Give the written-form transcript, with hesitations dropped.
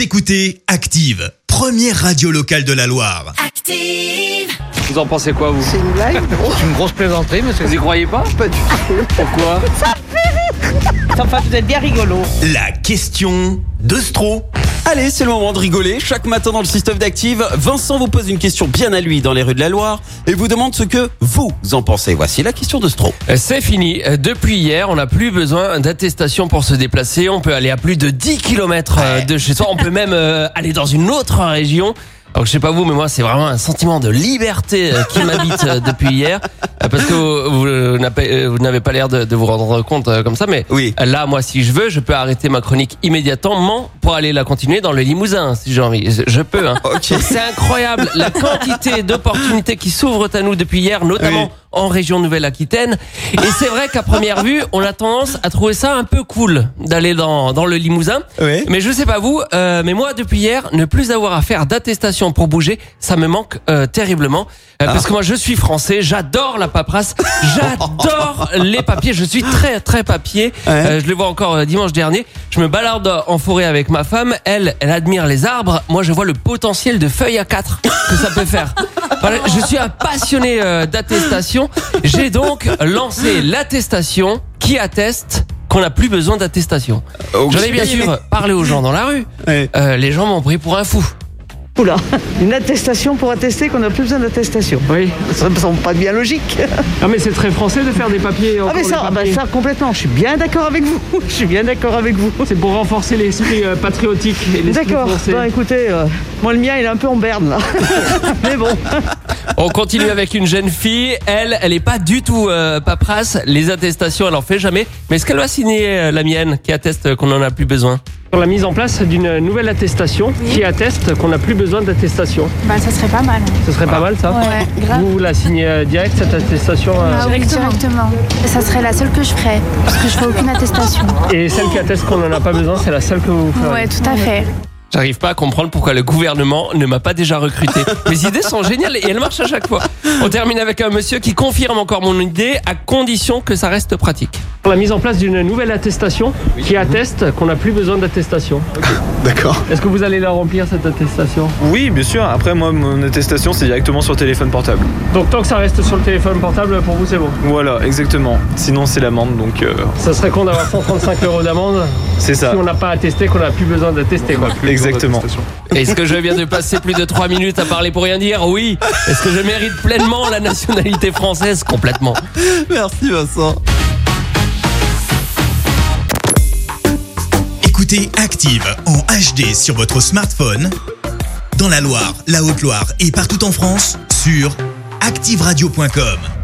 Vous écoutez Active, première radio locale de la Loire. Active! Vous en pensez quoi, vous? C'est une blague? C'est une grosse plaisanterie, monsieur. Vous y croyez pas? Pas du tout. Pourquoi? Enfin, vous êtes bien rigolo. La question de Stro. Allez, c'est le moment de rigoler. Chaque matin dans le système d'Active, Vincent vous pose une question bien à lui dans les rues de la Loire et vous demande ce que vous en pensez. Voici la question de Stro. C'est fini. Depuis hier, on n'a plus besoin d'attestation pour se déplacer. On peut aller à plus de 10 km de chez soi. On peut même aller dans une autre région. Alors je sais pas vous, mais moi c'est vraiment un sentiment de liberté qui m'habite depuis hier, parce que vous n'avez pas l'air de vous rendre compte comme ça, mais Oui. là moi si je veux, je peux arrêter ma chronique immédiatement pour aller la continuer dans le Limousin si j'ai envie. Je peux. Hein. Ok. C'est incroyable la quantité d'opportunités qui s'ouvrent à nous depuis hier, notamment. Oui. En région Nouvelle-Aquitaine. Et c'est vrai qu'à première vue, on a tendance à trouver ça un peu cool d'aller dans le Limousin. Oui. Mais je sais pas vous, mais moi depuis hier, ne plus avoir à faire d'attestation pour bouger, ça me manque terriblement. Parce que moi je suis français, j'adore la paperasse, j'adore les papiers, je suis très très papier. Ouais. Je le vois encore dimanche dernier. Je me balade en forêt avec ma femme, elle admire les arbres. Moi je vois le potentiel de feuilles A4 que ça peut faire. Voilà, je suis un passionné d'attestation. J'ai donc lancé l'attestation qui atteste qu'on n'a plus besoin d'attestation. Ok. J'en ai bien sûr parlé aux gens dans la rue. Ouais. Les gens m'ont pris pour un fou. Oula, une attestation pour attester qu'on n'a plus besoin d'attestation. Oui. Ça me semble pas bien logique. Ah mais c'est très français de faire des papiers. Ah mais ça, ça complètement, je suis bien d'accord avec vous. Je suis bien d'accord avec vous. C'est pour renforcer l'esprit patriotique et D'accord, bon, écoutez, moi le mien il est un peu en berne là. Mais bon. On continue avec une jeune fille. Elle est pas du tout paperasse. Les attestations, elle en fait jamais. Mais est-ce qu'elle va signer la mienne qui atteste qu'on en a plus besoin? Sur la mise en place d'une nouvelle attestation qui atteste qu'on n'a plus besoin d'attestation. Bah ça serait pas mal. Ce serait pas mal ça? Ouais, grave. Vous la signez direct cette attestation Ah oui, directement. Et ça serait la seule que je ferais, parce que je fais aucune attestation. et celle qui atteste qu'on n'en a pas besoin, c'est la seule que vous ferez. Ouais, tout à fait. J'arrive pas à comprendre pourquoi le gouvernement ne m'a pas déjà recruté. Mes idées sont géniales et elles marchent à chaque fois. On termine avec un monsieur qui confirme encore mon idée à condition que ça reste pratique. Pour la mise en place d'une nouvelle attestation qui atteste qu'on n'a plus besoin d'attestation. D'accord. Est-ce que vous allez la remplir cette attestation? Oui, bien sûr. Après, moi, mon attestation, c'est directement sur le téléphone portable. Donc tant que ça reste sur le téléphone portable, pour vous c'est bon? Voilà, exactement. Sinon, c'est l'amende, donc Ça serait con d'avoir 135 € d'amende c'est ça. si on n'a pas attesté qu'on n'a plus besoin d'attester quoi. Exactement. Est-ce que je viens de passer plus de 3 minutes à parler pour rien dire? Oui. Est-ce que je mérite pleinement la nationalité française? Complètement. Merci Vincent. Écoutez Active en HD sur votre smartphone, dans la Loire, la Haute-Loire et partout en France, sur activeradio.com.